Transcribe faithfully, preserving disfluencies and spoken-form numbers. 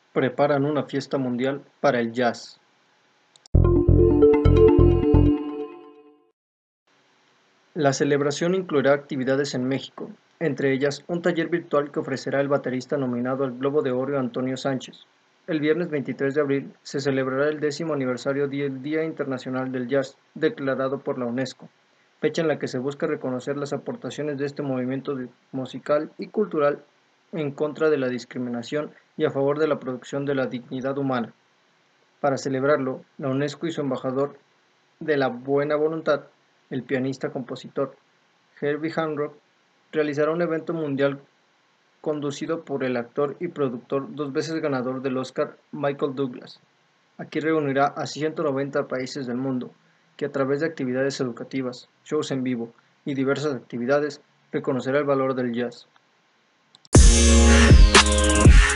Preparan una fiesta mundial para el jazz. La celebración incluirá actividades en México, entre ellas un taller virtual que ofrecerá el baterista nominado al Globo de Oro Antonio Sánchez. El viernes veintitrés de abril se celebrará el décimo aniversario del Día Internacional del Jazz, declarado por la UNESCO, fecha en la que se busca reconocer las aportaciones de este movimiento musical y cultural en contra de la discriminación y a favor de la producción de la dignidad humana. Para celebrarlo, la UNESCO y su embajador de la buena voluntad, el pianista-compositor Herbie Hancock, realizará un evento mundial conducido por el actor y productor dos veces ganador del Oscar Michael Douglas. Aquí reunirá a ciento noventa países del mundo, que a través de actividades educativas, shows en vivo y diversas actividades reconocerá el valor del jazz.